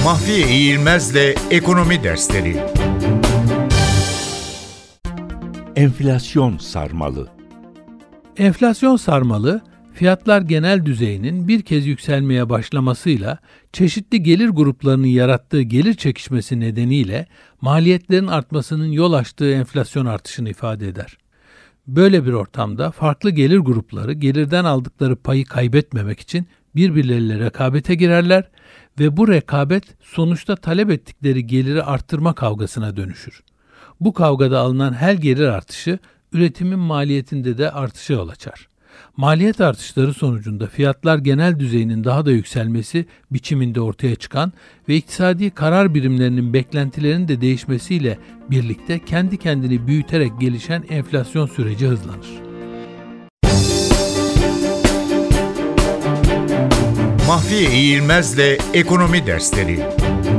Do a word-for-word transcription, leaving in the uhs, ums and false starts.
Mahfiye İğilmez'le Ekonomi Dersleri. Enflasyon sarmalı. Enflasyon sarmalı, fiyatlar genel düzeyinin bir kez yükselmeye başlamasıyla çeşitli gelir gruplarının yarattığı gelir çekişmesi nedeniyle maliyetlerin artmasının yol açtığı enflasyon artışını ifade eder. Böyle bir ortamda farklı gelir grupları gelirden aldıkları payı kaybetmemek için birbirleriyle rekabete girerler ve bu rekabet sonuçta talep ettikleri geliri arttırma kavgasına dönüşür. Bu kavgada alınan her gelir artışı üretimin maliyetinde de artışa yol açar. Maliyet artışları sonucunda fiyatlar genel düzeyinin daha da yükselmesi biçiminde ortaya çıkan ve iktisadi karar birimlerinin beklentilerinin de değişmesiyle birlikte kendi kendini büyüterek gelişen enflasyon süreci hızlanır. Mahfiye İğilmez'le Ekonomi Dersleri.